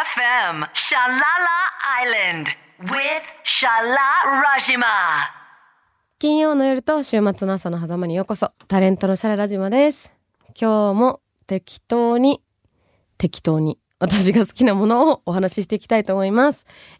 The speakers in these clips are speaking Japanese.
FM Shalala Island with Shala Rajima。 金曜の夜と週末の朝の狭間にようこそ。タレントのシャララジマです。今日も適当に私が好きなものをお話ししていきたいと思います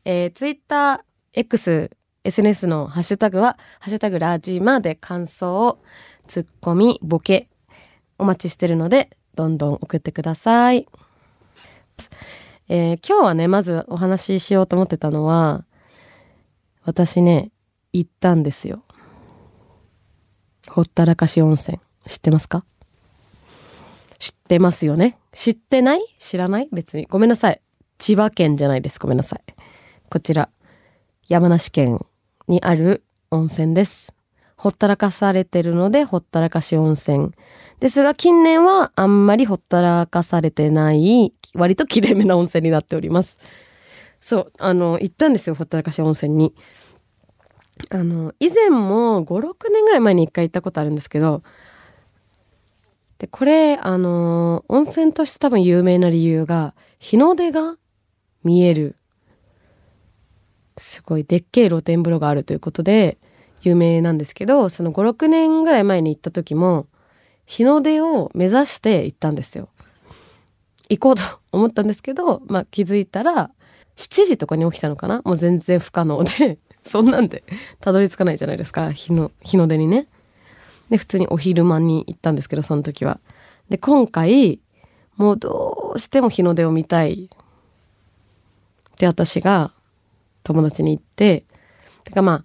。Twitter、X、SNS のハッシュタグはハッシュタグラジマで感想をツッコミボケお待ちしてるのでどんどん送ってください。今日はね、まずお話ししようと思ってたのは、私ね行ったんですよ。ほったらかし温泉知ってますか？知ってますよね。知ってない？知らない？別にごめんなさい。千葉県じゃないです。ごめんなさい。こちら山梨県にある温泉です。ほったらかされてるのでほったらかし温泉ですが、近年はあんまりほったらかされてない割ときれいめな温泉になっております。そう行ったんですよ、ほったらかし温泉に。以前も5、6年ぐらい前に1回行ったことあるんですけど、でこれ温泉として多分有名な理由が日の出が見えるすごいでっけえ露天風呂があるということで有名なんですけど、その5、6年ぐらい前に行った時も日の出を目指して行ったんですよ。行こうと思ったんですけど、気づいたら7時とかに起きたのかな。もう全然不可能でそんなんでたどり着かないじゃないですか、日の出にね。で普通にお昼間に行ったんですけど、その時は。で今回もうどうしても日の出を見たいで私が友達に行って、てか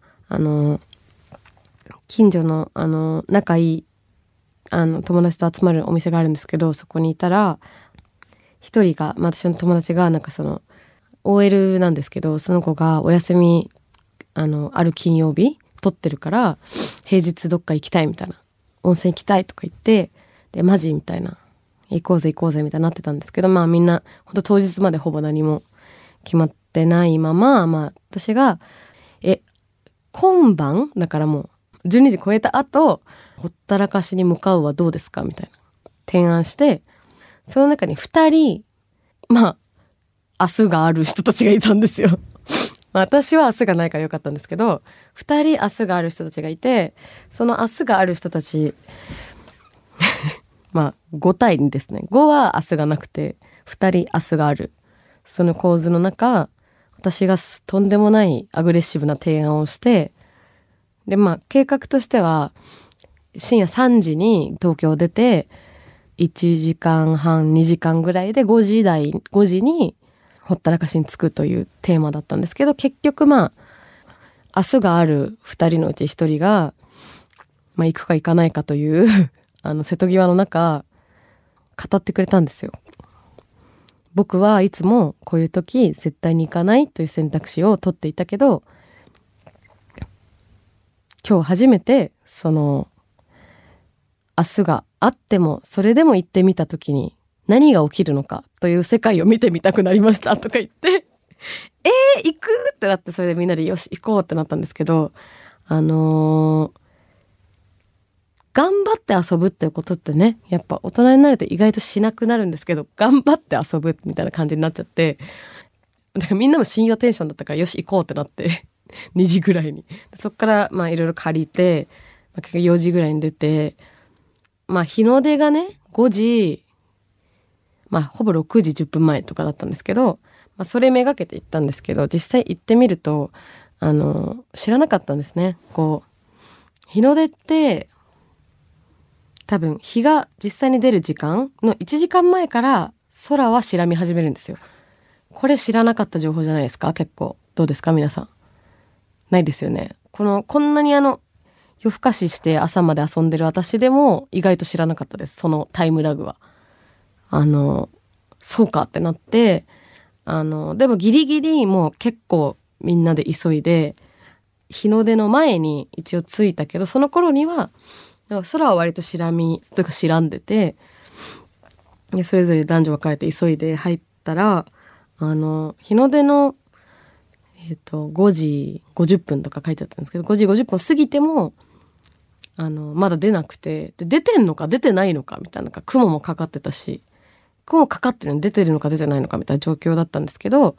近所の仲いい友達と集まるお店があるんですけど、そこにいたら一人が、私の友達がその OL なんですけど、その子がお休みある金曜日取ってるから平日どっか行きたいみたいな、温泉行きたいとか言って、でマジみたいな、行こうぜみたいになってたんですけど、みんなほんと当日までほぼ何も決まってないまま、私が今晩だからもう12時超えた後ほったらかしに向かうはどうですかみたいな提案して、その中に2人明日がある人たちがいたんですよ私は明日がないからよかったんですけど、2人明日がある人たちがいて、その明日がある人たち5対2ですね。5は明日がなくて2人明日がある、その構図の中、私がとんでもないアグレッシブな提案をして、で計画としては深夜3時に東京を出て1時間半2時間ぐらいで5時にほったらかしに着くというテーマだったんですけど、結局明日がある2人のうち1人が、行くか行かないかという瀬戸際の中語ってくれたんですよ。僕はいつもこういう時絶対に行かないという選択肢を取っていたけど、今日初めてその明日があってもそれでも行ってみた時に何が起きるのかという世界を見てみたくなりましたとか言って行くってなって、それでみんなでよし行こうってなったんですけど、頑張って遊ぶっていうことってね、やっぱ大人になると意外としなくなるんですけど、頑張って遊ぶみたいな感じになっちゃって、だからみんなも深夜テンションだったからよし行こうってなって2時ぐらいに、そっからいろいろ借りて、結局4時ぐらいに出て、日の出がね5時、ほぼ6時10分前とかだったんですけど、それめがけて行ったんですけど、実際行ってみると知らなかったんですね。日の出って多分日が実際に出る時間の1時間前から空は白み始めるんですよ。これ知らなかった情報じゃないですか？結構どうですか皆さん？ないですよね。こんなに夜更かしして朝まで遊んでる私でも意外と知らなかったです、そのタイムラグは。そうかってなって、でもギリギリもう結構みんなで急いで日の出の前に一応着いたけど、その頃には空は割と白みというか白んでて、でそれぞれ男女分かれて急いで入ったら日の出の5時50分とか書いてあったんですけど、5時50分過ぎてもまだ出なくて、で出てんのか出てないのかみたいな、雲もかかってたしもうかかってるの出てるのか出てないのかみたいな状況だったんですけど、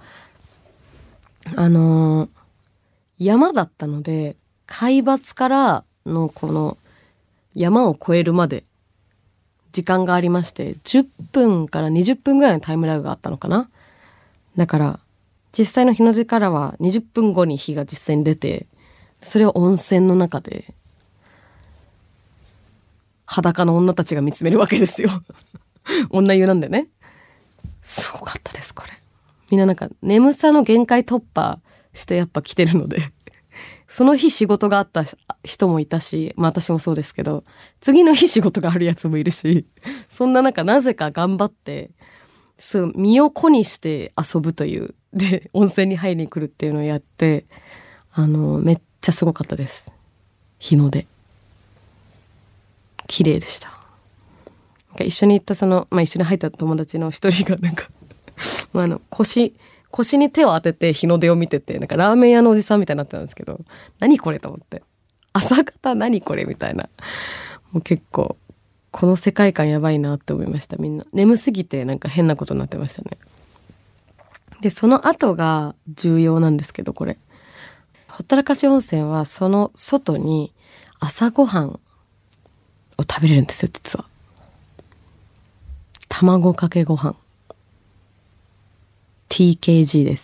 山だったので海抜からのこの山を越えるまで時間がありまして、10分から20分ぐらいのタイムラグがあったのかな。だから実際の日の出からは20分後に日が実際に出て、それを温泉の中で裸の女たちが見つめるわけですよ女湯なんでね。すごかったですこれ。みんななんか眠さの限界突破してやっぱ来てるのでその日仕事があった人もいたし、まあ私もそうですけど、次の日仕事があるやつもいるし、そんな中なぜか頑張って身を粉にして遊ぶというで温泉に入りに来るっていうのをやって、めっちゃすごかったです。日の出綺麗でした。なんか一緒に行った一緒に入った友達の一人がなんか腰に手を当てて日の出を見てて、なんかラーメン屋のおじさんみたいになってたんですけど、何これと思って、朝方何これみたいな。もう結構この世界観やばいなって思いました。みんな眠すぎてなんか変なことになってましたね。でその後が重要なんですけど、これほったらかし温泉はその外に朝ごはんを食べれるんですよ。実は卵かけご飯 TKG です。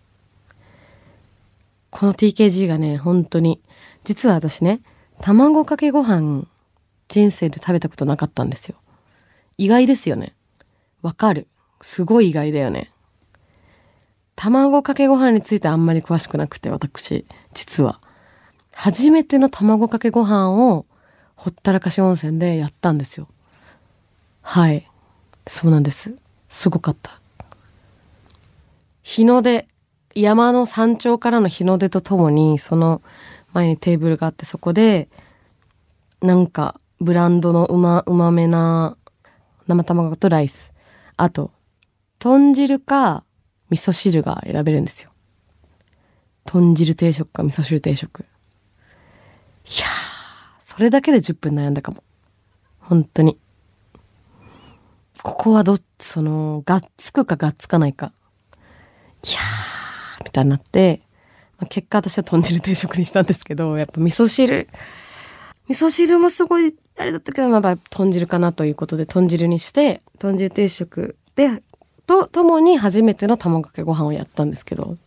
この TKG がね、本当に実は私ね、卵かけご飯人生で食べたことなかったんですよ。意外ですよね。わかる。すごい意外だよね。卵かけご飯についてあんまり詳しくなくて、私実は初めての卵かけご飯をほったらかし温泉でやったんですよ。はい、そうなんです。すごかった。日の出、山の山頂からの日の出とともに、その前にテーブルがあって、そこでなんかブランドのうまめな生卵とライス、あと豚汁か味噌汁が選べるんですよ。豚汁定食か味噌汁定食。いやー、それだけで10分悩んだかも。本当にここはがっつくかがっつかないか、いやーみたいになって、結果私は豚汁定食にしたんですけど、やっぱ味噌汁もすごいあれだったけど、やっぱ豚汁かなということで豚汁にして、豚汁定食でともに初めての卵かけご飯をやったんですけど、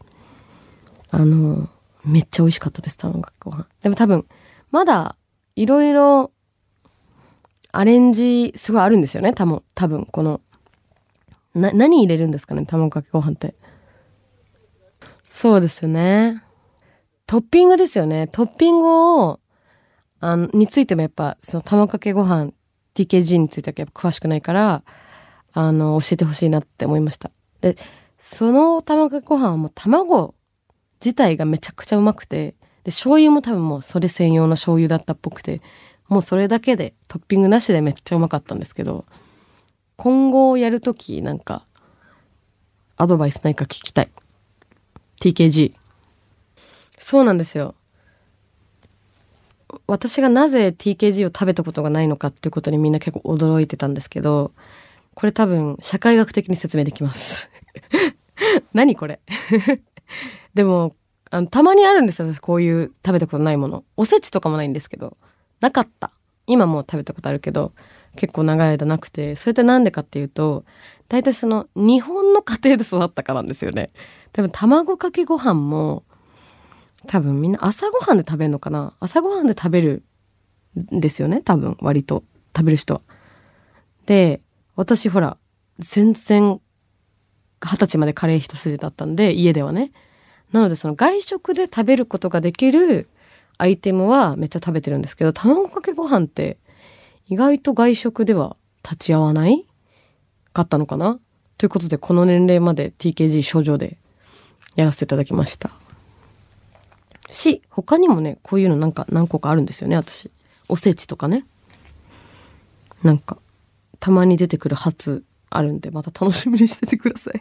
めっちゃ美味しかったです。卵かけご飯でも多分まだいろいろアレンジすごいあるんですよね。多分この何入れるんですかね、卵かけご飯って。そうですよね。トッピングですよね。トッピングをについてもやっぱその卵かけご飯 TKG についてはやっぱ詳しくないから教えてほしいなって思いました。でその卵かけご飯はもう卵自体がめちゃくちゃうまくて、で醤油も多分もうそれ専用の醤油だったっぽくて、もうそれだけでトッピングなしでめっちゃうまかったんですけど、今後やるときなんかアドバイスないか聞きたい。 TKG。 そうなんですよ。私がなぜ TKG を食べたことがないのかっていうことにみんな結構驚いてたんですけど、これ多分社会学的に説明できます何これでもたまにあるんですよ、私こういう食べたことないもの。おせちとかもないんですけど、なかった。今もう食べたことあるけど結構長い間なくて、それってなんでかっていうと、大体その日本の家庭で育ったからなんですよね。でも卵かけご飯も多分みんな朝ごはんで食べるのかな。朝ごはんで食べるんですよね、多分割と食べる人は。で私ほら全然20歳までカレー一筋だったんで、家ではね。なのでその外食で食べることができるアイテムはめっちゃ食べてるんですけど、卵かけご飯って意外と外食では立ち会わないかったのかな。ということでこの年齢まで TKG 症状でやらせていただきましたし、他にもねこういうのなんか何個かあるんですよね。私おせちとかね、なんかたまに出てくる初あるんで、また楽しみにしててください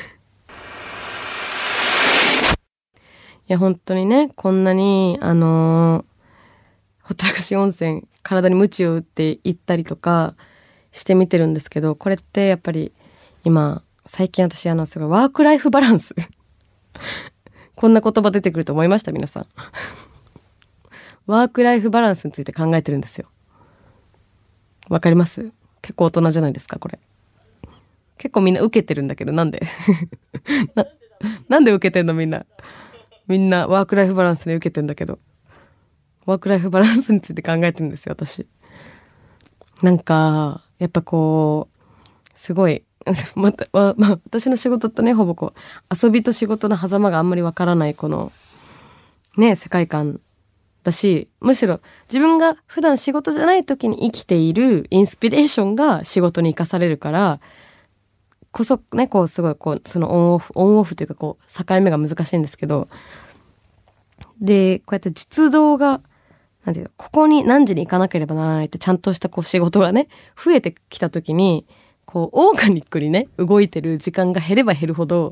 いや本当にね、こんなにほったらかし温泉体に鞭を打って行ったりとか、 してみてるんですけど、これってやっぱり今最近私すごいワークライフバランスこんな言葉出てくると思いました？皆さんワークライフバランスについて考えてるんですよ。わかります？結構大人じゃないですかこれ。結構みんな受けてるんだけど、なんでなんで受けてんの？みんなワークライフバランスに受けてんだけど、ワークライフバランスについて考えてるんですよ私。なんかやっぱこうすごい私の仕事とね、ほぼこう遊びと仕事の狭間があんまりわからないこのね世界観だし、むしろ自分が普段仕事じゃない時に生きているインスピレーションが仕事に生かされるからこそね、こうすごいこうそのオンオフというかこう境目が難しいんですけど、でこうやって実動がなんていうの、ここに何時に行かなければならないってちゃんとしたこう仕事がね増えてきた時に、こうオーガニックにね動いてる時間が減れば減るほど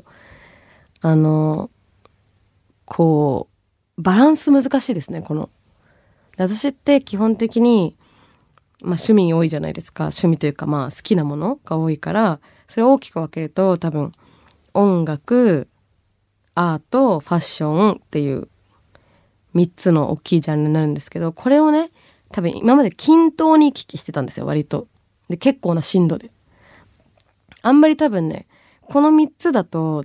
こうバランス難しいですね。この私って基本的に趣味多いじゃないですか。趣味というか好きなものが多いから、それを大きく分けると多分音楽、アート、ファッションっていう3つの大きいジャンルになるんですけど、これをね多分今まで均等に行き来してたんですよ割と。で結構な頻度で、あんまり多分ねこの3つだと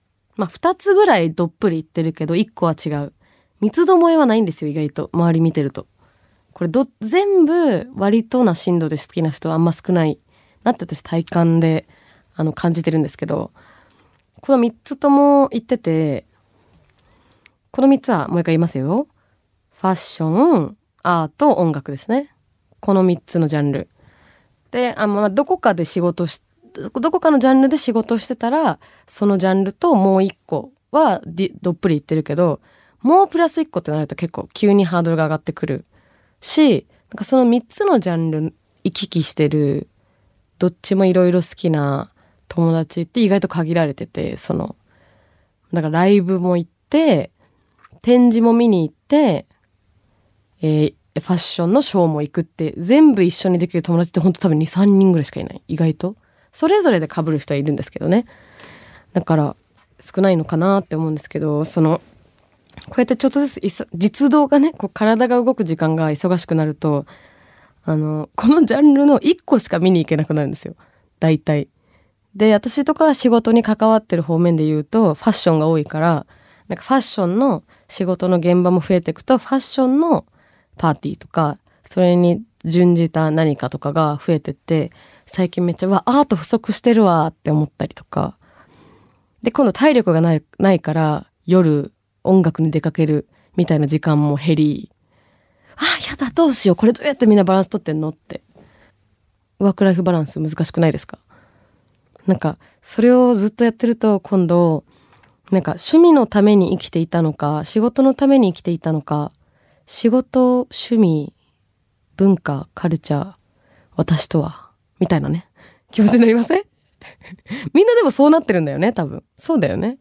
2つぐらいどっぷりいってるけど1個は違う。三つどもえはないんですよ意外と。周り見てるとこれ全部割とな頻度で好きな人はあんま少ないなって私体感で感じてるんですけど、この3つとも言ってて、この3つはもう一回言いますよ。ファッション、アート、音楽ですね。この3つのジャンルでどこかのジャンルで仕事してたらそのジャンルともう1個はどっぷりいってるけど、もうプラス1個ってなると結構急にハードルが上がってくるし、なんかその3つのジャンル行き来してるどっちもいろいろ好きな友達って意外と限られてて、だからライブも行って展示も見に行って、ファッションのショーも行くって全部一緒にできる友達って本当多分 2,3 人ぐらいしかいない。意外とそれぞれで被る人はいるんですけどね。だから少ないのかなって思うんですけど、こうやってちょっとずつ実動がねこう体が動く時間が忙しくなるとこのジャンルの1個しか見に行けなくなるんですよ大体。で私とかは仕事に関わってる方面で言うとファッションが多いから、なんかファッションの仕事の現場も増えていくとファッションのパーティーとかそれに準じた何かとかが増えてって、最近めっちゃアート不足してるわって思ったりとかで、今度体力がないから夜音楽に出かけるみたいな時間も減り、やだどうしようこれどうやってみんなバランス取ってんのって。ワークライフバランス難しくないですか？なんかそれをずっとやってると今度なんか趣味のために生きていたのか仕事のために生きていたのか、仕事、趣味、文化、カルチャー、私とはみたいなね気持ちになりません？みんなでもそうなってるんだよね多分。そうだよね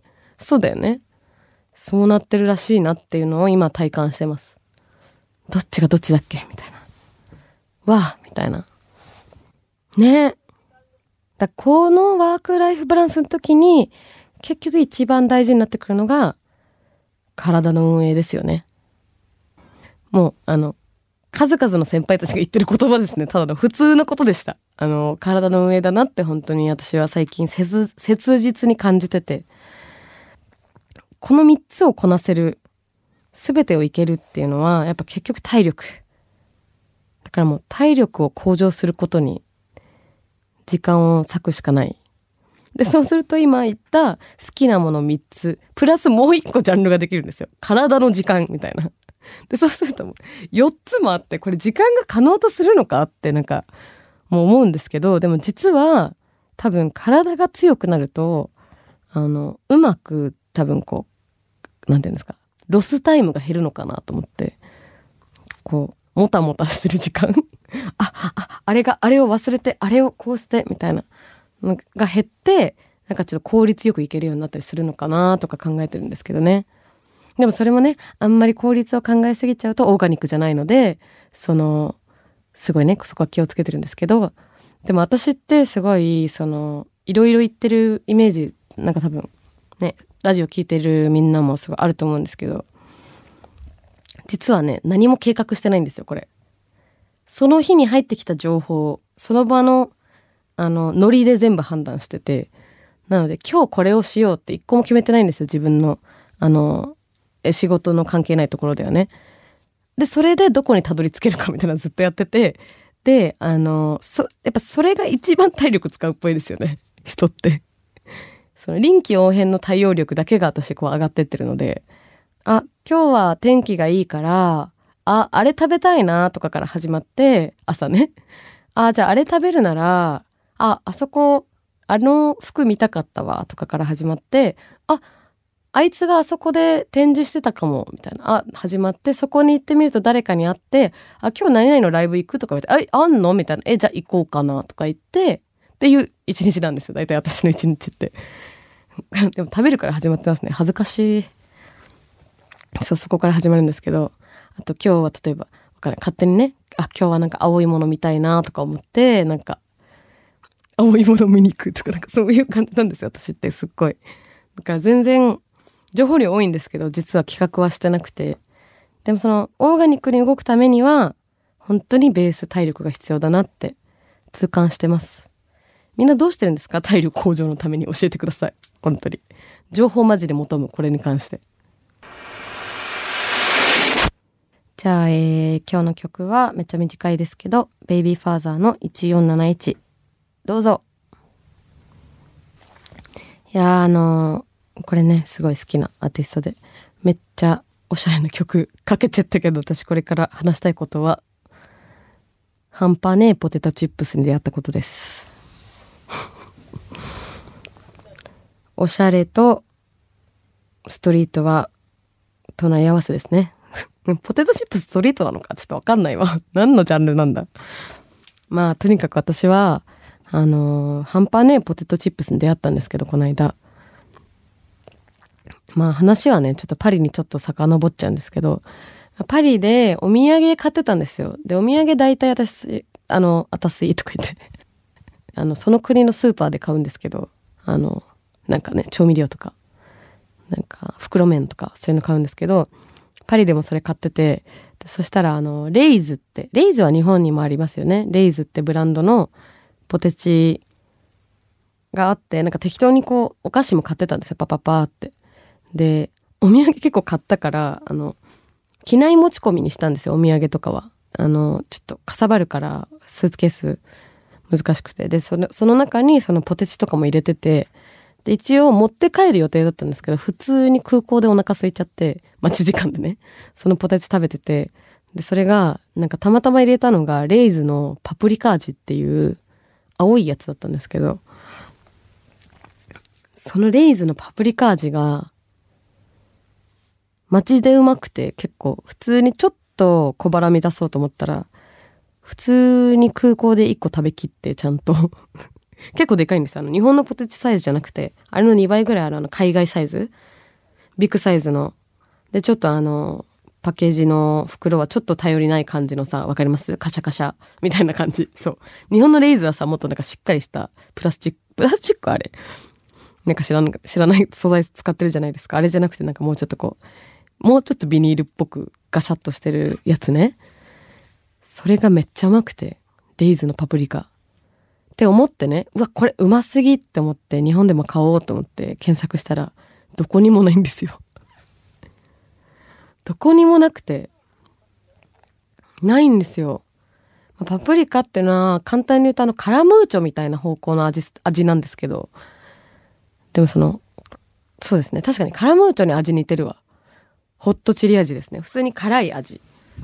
そうなってるらしいなっていうのを今体感してます。どっちがどっちだっけみたいな、みたいなね。このワークライフバランスの時に結局一番大事になってくるのが体の運営ですよね。もう数々の先輩たちが言ってる言葉ですね。ただの普通のことでした。体の運営だなって本当に私は最近切実に感じてて、この3つをこなせる、全てをいけるっていうのはやっぱ結局体力だから、もう体力を向上することに時間を割くしかない。でそうすると今言った好きなもの3つプラスもう1個ジャンルができるんですよ。体の時間みたいな。でそうするともう4つもあって、これ時間が可能とするのかってなんかもう思うんですけど、でも実は多分体が強くなるとうまく多分こうなんていうんですか、ロスタイムが減るのかなと思って、こうもたもたしてる時間あれを忘れてあれをこうしてみたいなのが減って、なんかちょっと効率よくいけるようになったりするのかなとか考えてるんですけどね。でもそれもね、あんまり効率を考えすぎちゃうとオーガニックじゃないので、すごいねそこは気をつけてるんですけど、 でも私ってすごいそのいろいろ言ってるイメージなんか多分ねラジオ聞いてるみんなもすごいあると思うんですけど、実はね何も計画してないんですよこれ。その日に入ってきた情報その場のノリで全部判断してて、なので今日これをしようって一個も決めてないんですよ自分の仕事の関係ないところではね。でそれでどこにたどり着けるかみたいなのずっとやってて、でやっぱそれが一番体力使うっぽいですよね人って。その臨機応変の対応力だけが私こう上がってってるので、あ今日は天気がいいからあれ食べたいなとかから始まって、朝ねじゃああれ食べるならあそこ服見たかったわとかから始まって、あいつがあそこで展示してたかもみたいな始まって、そこに行ってみると誰かに会って、今日何々のライブ行くとか言ってあんのみたいな、じゃあ行こうかなとか言ってっていう一日なんですよ大体私の一日ってでも食べるから始まってますね。恥ずかしい。そこから始まるんですけど、あと今日は例えば勝手にね今日はなんか青いもの見たいなとか思って、なんか青いもの見に行くとかなんかそういう感じなんですよ私ってすっごい。だから全然情報量多いんですけど実は企画はしてなくて、でもそのオーガニックに動くためには本当にベース体力が必要だなって痛感してます。みんなどうしてるんですか？体力向上のために教えてください。本当に情報マジで求むこれに関して。じゃあ、今日の曲はめっちゃ短いですけどベイビーファーザーの1471どうぞ。いやこれねすごい好きなアーティストでめっちゃおしゃれな曲かけちゃったけど、私これから話したいことは半端ねえポテトチップスに出会ったことですおしゃれとストリートは隣り合わせですねポテトチップスストリートなのかちょっとわかんないわ何のジャンルなんだ。まあとにかく私は半端ねえポテトチップスに出会ったんですけど、この間まあ話はねちょっとパリにちょっと遡っちゃうんですけど、パリでお土産買ってたんですよ。でお土産大体私私とか言ってその国のスーパーで買うんですけど、なんかね調味料とかなんか袋麺とかそういうの買うんですけど、パリでもそれ買ってて、でそしたらレイズは日本にもありますよね。レイズってブランドのポテチがあって、なんか適当にこうお菓子も買ってたんですよパーって。でお土産結構買ったから機内持ち込みにしたんですよ。お土産とかはちょっとかさばるからスーツケース難しくて、でその中にそのポテチとかも入れてて、で一応持って帰る予定だったんですけど普通に空港でお腹空いちゃって待ち時間でねそのポテチ食べてて、でそれがなんかたまたま入れたのがレイズのパプリカ味っていう青いやつだったんですけど、そのレイズのパプリカ味がマジでうまくて、結構普通にちょっと小腹満たそうと思ったら普通に空港で1個食べきってちゃんと結構でかいんですよ。日本のポテチサイズじゃなくてあれの2倍ぐらいある海外サイズビッグサイズので、ちょっとパッケージの袋はちょっと頼りない感じのさ、わかります？カシャカシャみたいな感じ。そう日本のレイズはさもっとなんかしっかりしたプラスチックあれなんか知らない素材使ってるじゃないですか。あれじゃなくてなんかもうちょっとビニールっぽくガシャッとしてるやつね。それがめっちゃうまくて、レイズのパプリカって思ってね、うわこれうますぎって思って日本でも買おうと思って検索したらどこにもないんですよどこにもなくて、ないんですよ。パプリカっていうのは簡単に言うとカラムーチョみたいな方向の味なんですけど、でもそうですね、確かにカラムーチョに味似てるわ。ホットチリ味ですね。普通に辛い味。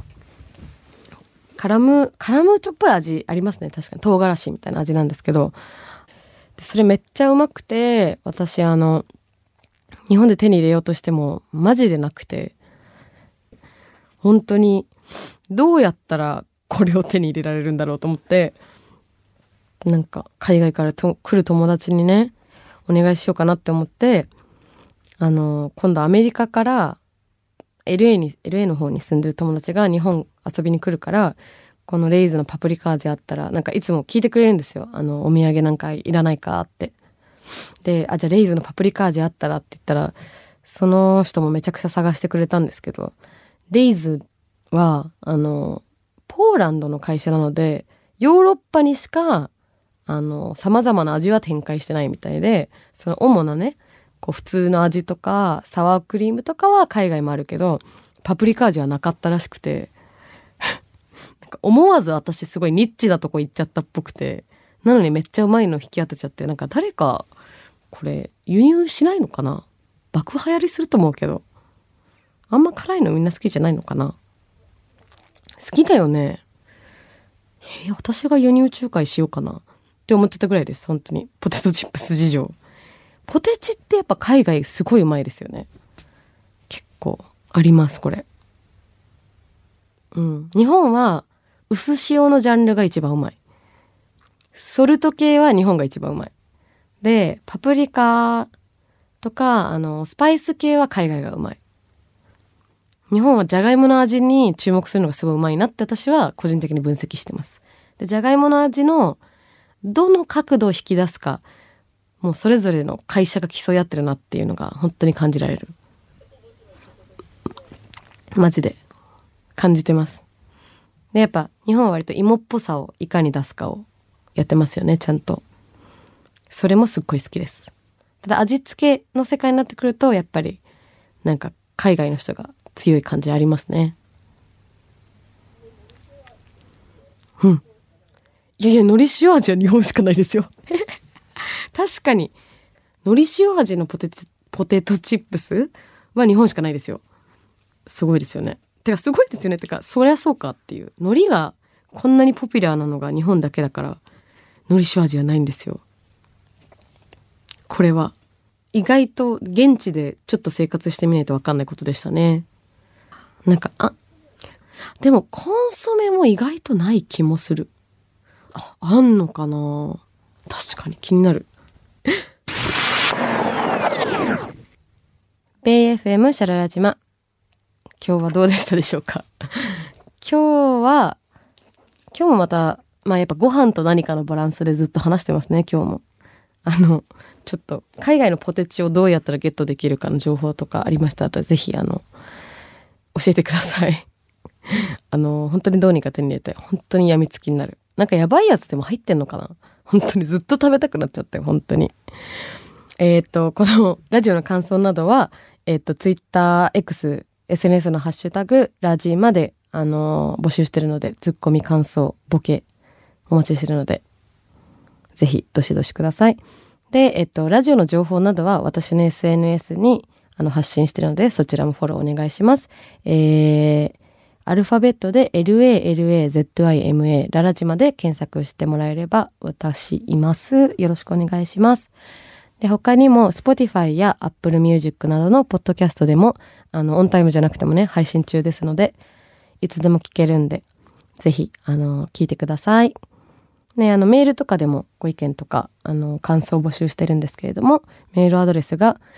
カラムーチョっぽい味ありますね。確かに唐辛子みたいな味なんですけど、でそれめっちゃうまくて、私日本で手に入れようとしてもマジでなくて、本当にどうやったらこれを手に入れられるんだろうと思って、なんか海外から来る友達にねお願いしようかなって思って、今度アメリカからLA の方に住んでる友達が日本遊びに来るから、 このレイズのパプリカ味あったらなんかいつも聞いてくれるんですよ。お土産なんかいらないかって。で、じゃあレイズのパプリカ味あったらって言ったら、その人もめちゃくちゃ探してくれたんですけど、レイズはポーランドの会社なのでヨーロッパにしか様々な味は展開してないみたいで、その主なね、こう普通の味とかサワークリームとかは海外もあるけど、パプリカ味はなかったらしくてなんか思わず私すごいニッチなとこ行っちゃったっぽくて、なのにめっちゃうまいの引き当てちゃって、なんか誰かこれ輸入しないのかな。爆流行りすると思うけど、あんま辛いのみんな好きじゃないのかな。好きだよね。私が輸入仲介しようかなって思っちゃったぐらいです。本当にポテトチップス事情。ポテチってやっぱ海外すごいうまいですよね。結構ありますこれ。日本は薄塩のジャンルが一番うまい。ソルト系は日本が一番うまい。でパプリカとかスパイス系は海外がうまい。日本はじゃがいもの味に注目するのがすごいうまいなって私は個人的に分析してます。でじゃがいもの味のどの角度を引き出すか、もうそれぞれの会社が競い合ってるなっていうのが本当に感じられる。マジで感じてます。でやっぱ日本は割と芋っぽさをいかに出すかをやってますよね、ちゃんと。それもすっごい好きです。ただ味付けの世界になってくるとやっぱりなんか海外の人が強い感じありますね。いや海苔塩味は日本しかないですよ確かに海苔塩味のポテトチップスは日本しかないですよ。すごいですよね。てかすごいですよね。てかそりゃそうかっていう、海苔がこんなにポピュラーなのが日本だけだから海苔塩味はないんですよ。これは意外と現地でちょっと生活してみないと分かんないことでしたね。なんかでもコンソメも意外とない気もする。あんのかな。確かに気になるベイ FM シャララ島、今日はどうでしたでしょうか今日もまたやっぱご飯と何かのバランスでずっと話してますね。今日もちょっと海外のポテチをどうやったらゲットできるかの情報とかありましたらぜひ教えてください本当にどうにか手に入れて、本当に病みつきになる。なんかやばいやつでも入ってんのかな。本当にずっと食べたくなっちゃったよ本当に。このラジオの感想などはTwitter、X、SNS のハッシュタグラジまで募集してるので、ツッコミ、感想、ボケお待ちしてるのでぜひどしどしください。でラジオの情報などは私の SNS に発信してるので、そちらもフォローお願いします。アルファベットで LALAZIMA ララジマで検索してもらえれば私います。よろしくお願いします。で他にも Spotify や Apple Music などのポッドキャストでもオンタイムじゃなくてもね配信中ですので、いつでも聞けるんでぜひ聞いてくださいね。メールとかでもご意見とか感想を募集してるんですけれども、メールアドレスが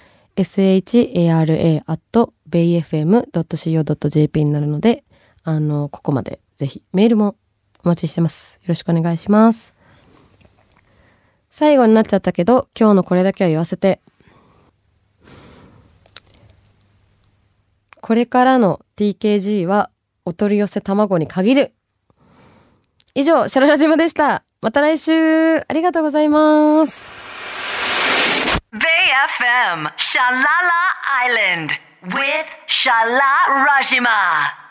shara@bayfm.co.jp になるので、ここまでぜひメールもお待ちしてます。よろしくお願いします。最後になっちゃったけど今日のこれだけは言わせて、これからの TKG はお取り寄せ卵に限る。以上、シャララジマでした。また来週。ありがとうございます。 Bay FM Shalala Island with Shala Rajima.